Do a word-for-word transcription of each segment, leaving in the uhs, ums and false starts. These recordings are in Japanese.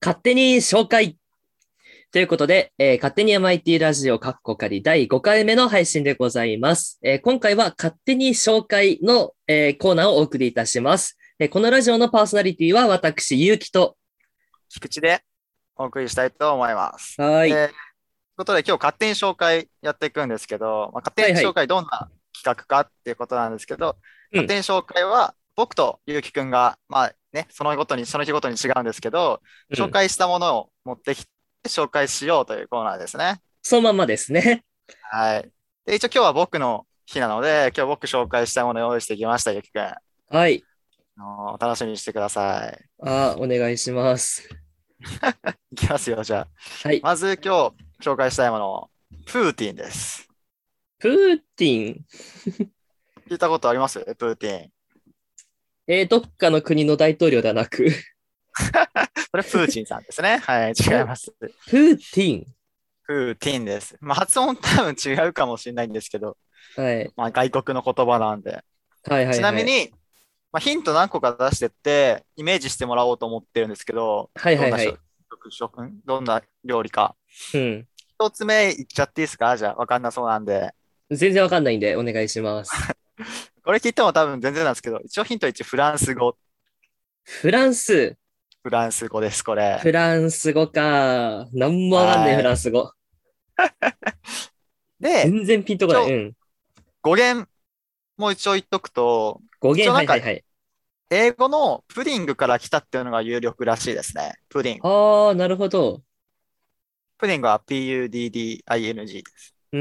勝手に紹介ということで、えー勝手に エムアイティー ラジオカッコ仮だいごかいめの配信でございます。えー今回は勝手に紹介の、えーコーナーをお送りいたします。えーこのラジオのパーソナリティは私、ゆうきと、 菊池でお送りしたいと思います。 はい。 えーということで今日勝手に紹介やっていくんですけど、まあ、勝手に紹はいはい。 介どんな企画かっていうことなんですけど、 うん。 勝手に紹介は僕とゆうきくんが、まあね、そのごとに、その日ごとに違うんですけど、 うん。 紹介したものを持ってきて紹介しようというコーナーですね。 そのまんまですね。 はい。で、一応今日は僕の日なので、今日僕紹介したものを用意してきました、ゆうきくん。あはい。 の楽しみにしてください。 あー、お願いします。 いきますよ、じゃあ。 はい。 まず今日紹介したいもの、プーティンです。 プーティン。 聞いたことありますプーティン。 えーどっかの国の大統領ではなくそれプーチンさんですね。はい、違いお、 ます。 プーティン。 プーティンです。まあ、発音多分違うかもしれないんですけど、 はい。 まあ、外国の言葉なんで。 はいはちいはい。 なみに、まあ、ヒント何個か出してって、イメージしてもらおうと思ってるんですけど、 はいどんな食、 はいはい。 食、食どんな料理か。 うん。 一つ目いっちゃっていいですか？じゃあ、わかんなそうなんで。 全然わかんないんでお願いします。 これ聞いても多分全然なんですけど、一応ヒントいち、フランス語。 フランス。 フランス語です、これ。 フランス語か。なんもわかんない、フはい。 ランス語。 で、 全然ピンとこない。 一応うん。 語源も一応言っとくと、 語源、 一応なんかはいはいはい。 英語のプディングから来たっていうのが有力らしいですね。プディング。 あー、なるほど。 プディングは ピーユーディーディーアイエヌジー です。 うん。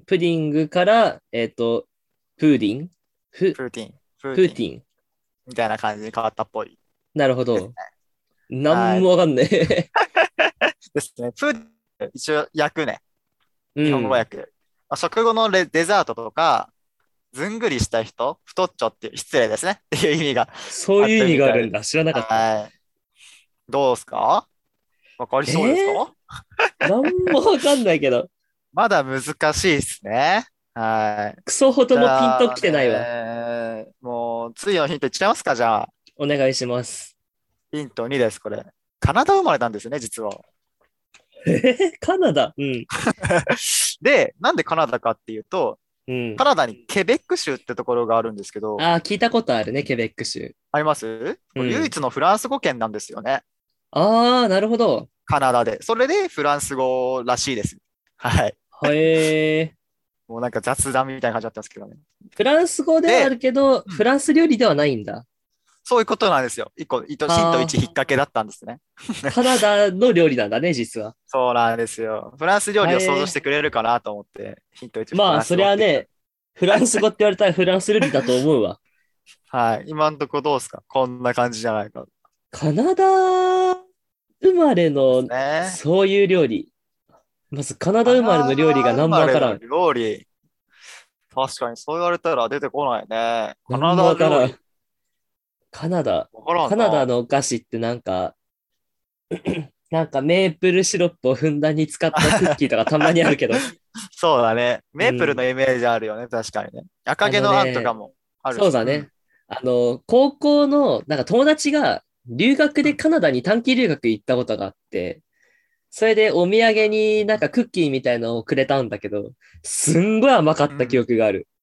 プディングから、えっと、プーディンフ、 プーティン、プーティンプーティン。 みたいな感じに変わったっぽいなるほですね。 ど。なんはい。 もわかんない。 ですね。プーティン、一応訳ね。 う日本語ん。 訳。まあ食後のレデザートとか、ずんぐりした人、太っちょっていう、失礼ですね。っていう意味があっそういう意てるみたいです。 味があるんだ。知らなかった。 はい。どうですか？わかりえそうですー、 か？ なんもわかんないけど。 まだ難しいですね。はい。 クソほどじもピンとゃあきてないわ。 ね、もう、次のヒントいっちゃいますか、じゃあ。 お願いします。 ヒントにです、これ。カナダ生まれなんですね、実は。 えー、カナダ。うん。 で、なんでカナダかっていうと、 うん。 カナダにケベック州ってところがあるんですけど、 あー、聞いたことあるね、ケベック州。 ありますこれ唯うん。 一のフランス語圏なんですよね。 あー、なるほど。 カナダで。それでフランス語らしいです。はい。 はえー。 もうなんか雑談みたいな感じだったんですけどね。 フランス語ではあで、 るけど、 うん、 フランス料理ではないんだ。 そういうことなんですよ。一個、糸ヒントいちはあ。 引っ掛けだったんですね。 カナダの料理なんだね、実は。 そうなんですよ。フランス料は理を想像してえー。 くれるかなと思って、ヒントいちフまあ、 ランそス語って言った。 りゃね、フランス語って言われたらフランス料理だと思うわ。 はい。今んとこどうですか？こんな感じじゃないか。 カナダ生まれですのね。 そういう料理。まずカナダ生まれカナの料理がダ生何もまれのわからん。 料理。確かにそう言われたら出てこないね。カナ何もわからん。 ダ料理。 カナダ。 わからんカナダな。 のお菓子ってなんか、なんかメープルシロップをふんだんに使ったクッキーとかたまにあるけど。 そうだね。メープルのうん。 イメージあるよね。確かにね。赤あの毛のアンとかね、 もあるし。うん。 そうだね。あの、高校の、なんか友達が留学うん。 でカナダに短期留学行ったことがあって、それでお土産になんかクッキーみたいのをくれたんだけど、すんごい甘かった記うん。 憶がある。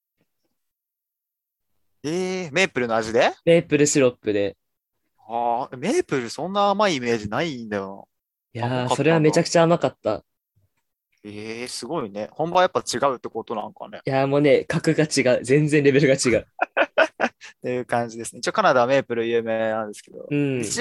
えー、メープルの味で？ メープルシロップで。 ああー、メープルそんな甘いイメージないんだよな。甘いやー、それはかったんだ。 めちゃくちゃ甘かった。 えー、すごいね。本場はやっぱ違うってことなんかね。 いやーもうね、格が違う。全然レベルが違う。 っていう感じですね。一応カナダはメープル有名なんですけど、 うん。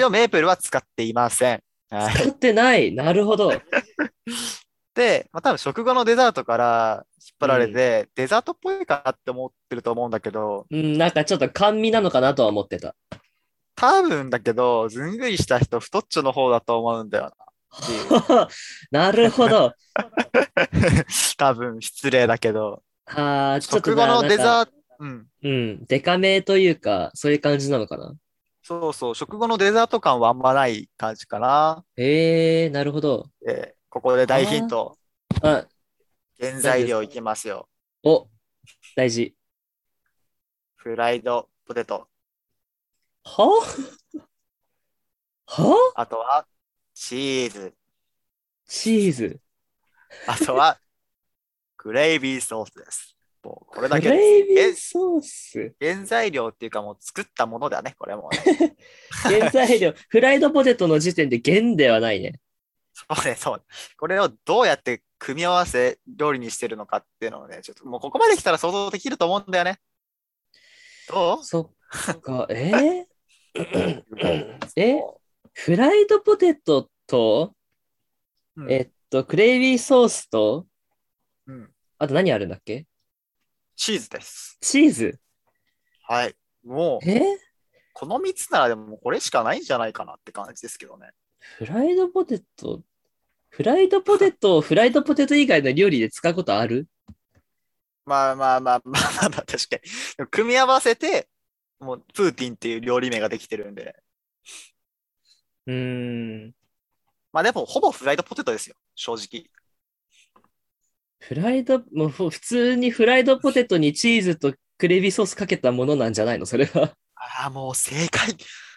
一応メープルは使っていません。は使っい。 てない。なるほど。 で、まあ、多分食後のデザートから引っ張られうん。 て、デザートっぽいかなって思ってると思うんだけど、 うん、なんかちょっと甘味なのかなとは思ってた。 多分だけど、ずんぐりした人、太っちょの方だと思うんだよなっていう。 なるほど。 多分失礼だけど、 ああ、ちょっとじゃあ食後のなんか、 デザート、うん。 うん、デカめというか、そういう感じなのかな。 そうそう、食後のデザート感はあんまない感じかな。 ええー、なるほど。 で、ここで大ヒンはト。 あ、あ、 原何ですか。 材料いきますよ。 お、大事。 フライドポテト。 ははあとは、 チーズ。 チーズ。 あとは、グレイビーソースです。もうこれだグけです。 レイビー原ソース。 原材料っていうかもう作ったものだね、これもね。 原材料。フライドポテトの時点で原ではないね。 そうね、そう。これをどうやって組み合わせ料理にしてるのかっていうのをね、ちょっともうここまで来たら想像できると思うんだよね。どそっか、えー、 うえそフライドポテトと、 う、うんえっと、クレイビーソースと、 うん、 あと何あるんだっけ？ チーズです。 チーズ。 はい。もう、 えこのみっつならでもこれしかないんじゃないかなって感じですけどね。 フライドポテト、フライドポテトをフライドポテト以外の料理で使うことある？ まあまあまあまあまあまあ、確かに。でも組み合わせて、もうプーティンっていう料理名ができてるんで。 うーん。 まあでも、ほぼフライドポテトですよ、正直。 フライド、もうふ普通にフライドポテトにチーズとクレイビーソースかけたものなんじゃないのそれは。 ああ、もう正解。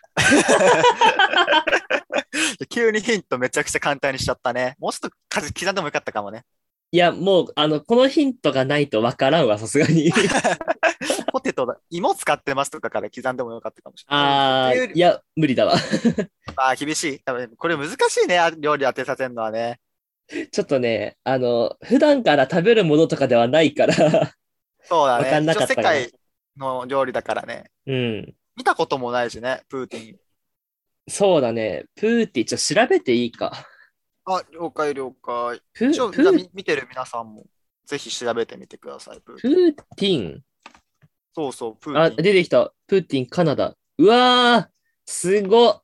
急にヒントめちゃくちゃ簡単にしちゃったね。もうちょっと数刻んでもよかったかもね。 いや、もう、あの、このヒントがないとわからんわ、さすがに。 ポテトだ、芋使ってますとかから刻んでもよかったかもしれない。 あー、 っていうよりいや、無理だわ。 まあ厳しい。多分これ難しいね、あ料理当てさせるのはね。 ちょっとね、あの、普段から食べるものとかではないからそうだね。 わかんな一応かったかな。 世界の料理だからね。 うん。 見たこともないしね、プーティン。 そうだね。プーティ、ちょ、調べていいか。 あ、了解了解。一プ、 応、 プー、 じゃあみ見てる皆さんもぜひ調べてみてください、プーティン。 プーティン。 そうそう、プーあ、 ティン。 出てきた。プーティン、カナダ。うわー、すごっ。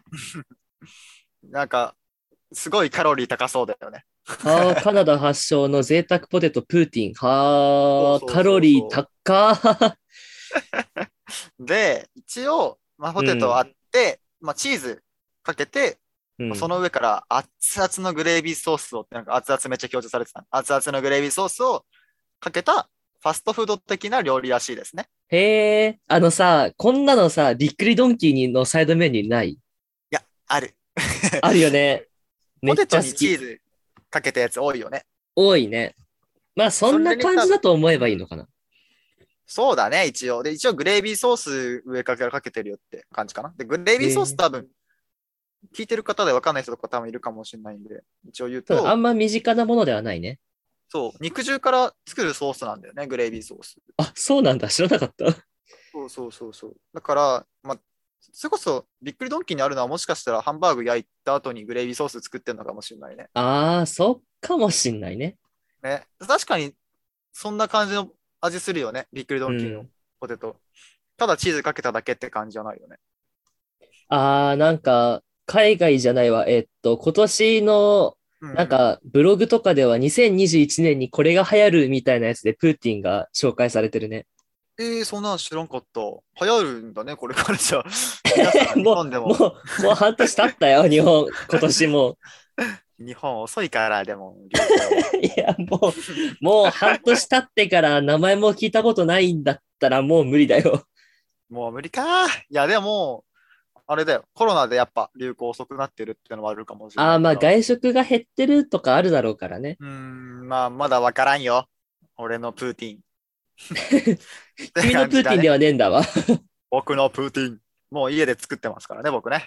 なんか、すごいカロリー高そうだよね。 はあ、カナダ発祥の贅沢ポテト、プーティン。はあ、 そうそうカロリーそうそ高ー。 う。で、一応、まあ、ポうん、 テトあって、まあ、チーズかけて、まあそうん。 の上から熱々のグレイビーソースを、なんか熱々めっちゃ強調されてた。熱々のグレイビーソースをかけたファストフード的な料理らしいですね。 へえ、あのさ、こんなのさ、びっくりドンキーにのサイドメニューない？ いや、ある。 あるよね。めっポテトちゃ好き。 にチーズかけたやつ多いよね。 多いね。まあ、そそんな感れに多分、 じだと思えうん、 ばいいのかな。 そうだね、一応。で、一応グレイビーソース上からかけてるよって感じかな。で、グレイビーソースへえ。 多分、聞いてる方で分かんない人とか多分いるかもしれないんで、一応言うそう、あと、 んま身近なものではないね。 そう、肉汁から作るソースなんだよね、グレイビーソース。 あ、そうなんだ。知らなかった。 そうそうそうそう。だから、まあ、それこそびっくりドンキーにあるのはもしかしたらハンバーグ焼いた後にグレイビーソース作ってるのかもしれないね。 ああ、そうかもしんないね。 ね。確かにそんな感じの味するよね。びっくりドンキーのうん。 ポテト。ただチーズかけただけって感じじゃないよね。 ああ、なんか、海外じゃないわ。えっと、今年の、 うんうん。 なんか、ブログとかではにせんにじゅういちねんにこれが流行るみたいなやつで、プーティンが紹介されてるね。 えー、そんなん知らんかった。流行るんだね、これからじゃあ。皆さん、日もう、も本でも。 う、もう半年経ったよ、日本、今年も。 日本遅いから、でも、流行。 いや、もう、もう半年経ってから名前も聞いたことないんだったらもう無理だよ。 もう無理か。いや、でも、あれだよ。コロナでやっぱ流行遅くなってるっていうのはあるかもしれああ、まあないから。 外食が減ってるとかあるだろうからね。 うーん、まあ、まだわからんよ。俺のプーティン。って君のプーティンで感じだね。 はねえんだわ。 僕のプーティン。もう家で作ってますからね、僕ね。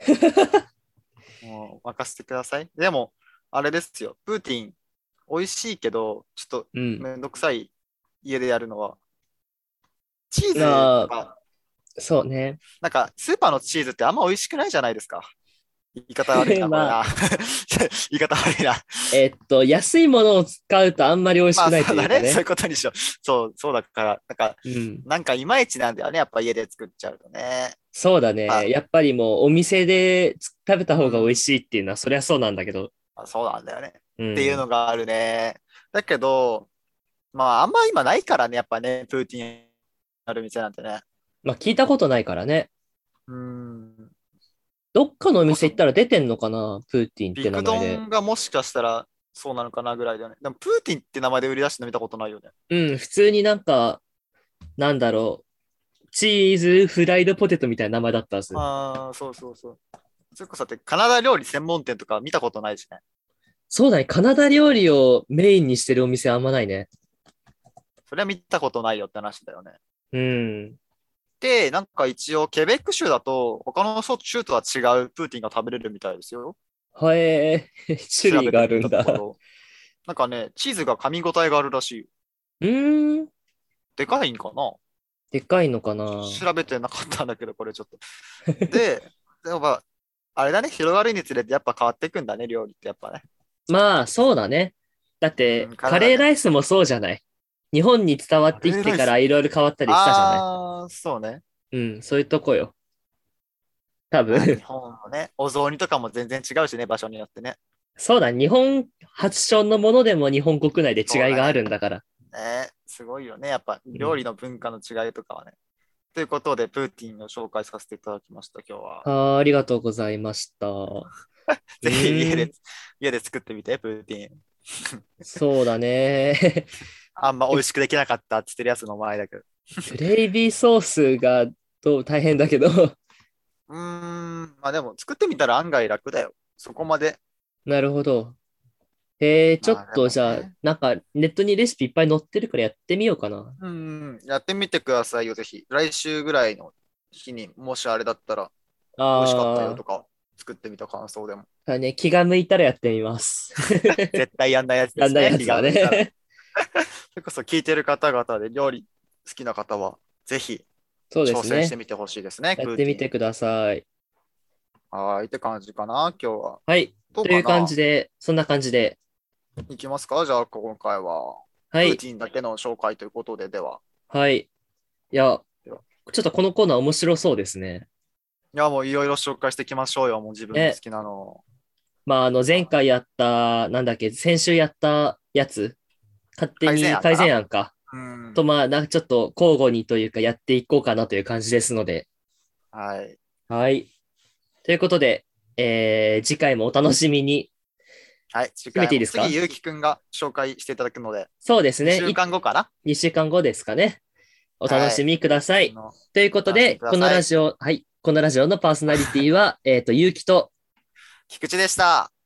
もう任せてください。でも、あれですよ。プーティン、美味しいけど、ちょっとうん。 めんどくさい家でやるのは、チーズとまあ、 か、 そうね。 なんかスーパーのチーズってあんま美味しくないじゃないですか。言い方悪いな、これまあ、 な。言い方悪いな。 えっと、安いものを使うとあんまり美味しまあくないとそうだね。そういいうかね。 うことにしよう。そう、そうだから、なんか、 うん。 なんかいまいちなんだよね。やっぱ家で作っちゃうとね。 そうだね。 まあ、 やっぱりもうお店で食べた方が美味うん。 しいっていうのはそりゃそうなんだけど。 まあ、そうなんだよね。っていううん。 のがあるね。だけど、まあ、あんま今ないからね。やっぱね、プーティンある店なんてね。 まあ聞いたことないからね。 うん。 どっかのおこそ、 店行ったら出てんのかなプーティンって名ビク前で。 ドンがもしかしたらそうなのかなぐらいだよね。でも、プーティンって名前で売り出してるの見たことないよね。 うん、普通になんか、なんだろう。チーズフライドポテトみたいな名前だったはず。 ああ、そうそうそう。 それこそだってカナダ料理専門店とか見たことないしね。 そうだね。カナダ料理をメインにしてるお店あんまないね。 それは見たことないよって話だよね。 うん。 で、なんか一応、ケベック州だと、他の州とは違うプーティンが食べれるみたいですよ。 はえー、種類があるんだ。 調べてみたところ。なんかね、チーズが噛み応えがあるらしいよ。 うーん。 でかいんかなでかいのかな。 調べてなかったんだけど、これちょっと。で、でもまあ、あれだね、広がるにつれてやっぱ変わっていくんだね、料理ってやっぱね。 まあ、そうだね。だってうん、 カレーカナダね。 ライスもそうじゃない。日本に伝わってきてカレーライス。 からいろいろ変わったりしたじゃない。 あー、そうね。 うん、そういうとこよ。多まあ、日分。 本のね、お雑煮とかも全然違うしね、場所によってね。 そうだ、日本発祥のものでも日本国内で違いがあそうだね。 るんだから。 ね、すごいよね。やっぱうん、 料理の文化の違いとかはね。ということで、プーティンを紹介させていただきました、今日は。 あー、ありがとうございました。うぜひ家で、 ーん、 家で作ってみて、プーティン。 そうだね。 あんま美味しくできなかったって言ってるやつの前だけど。 グレイビーソースがどう大変だけど。 うーん、まあでも作ってみたら案外楽だよ。そこまで。 なるほど。えー、ちょっまあでとじゃあ、 もね。 なんかネットにレシピいっぱい載ってるからやってみようかな。 うん、やってみてくださいよ、ぜひ。来週ぐらいの日にもしあれだったら美味しかったよあとか作ってみた感想でも。 ー、ね、気が向いたらやってみます。 絶対やんないやつですね。気やんないやつだが向いたら。 ね。 それこそ聞いてる方々で料理好きな方は、ぜひそうで挑すね。 戦してみてほしいですね、 やっプーティン。 てみてください。 はーい、って感じかな、今日は。 はい。という感どうかなじで、そんな感じで。 いきますかじゃあ、今回は。 はい。 プーティンだけの紹介ということで、では。 はい。いや、 ではちょっとこのコーナー面白そうですね。 いや、もういろいろ紹介していきましょうよ、もう自分の好ね。 きなのを。 まあ、あの、前あ、 回やった、なんだっけ、先週やったやつ、勝手改善に改案かな善案か。 うと、 ん。 まあ、なんかちょっと交互にというかやっていこうかなという感じですので。 はい。 はい。ということで、えー、次回もお楽しみに。 はい、次決め回も。次、 ていいですか？ ゆうきくんが紹介していただくので、2 そうですね。 週い間後かなにしゅうかんごですかね。お楽はい。 しみくゆうださい。 きくんのというこお楽しみとで、このください。 ラジオ、はい。このラジオのパーソナリティは、えっと、ゆうきと、 菊池でした。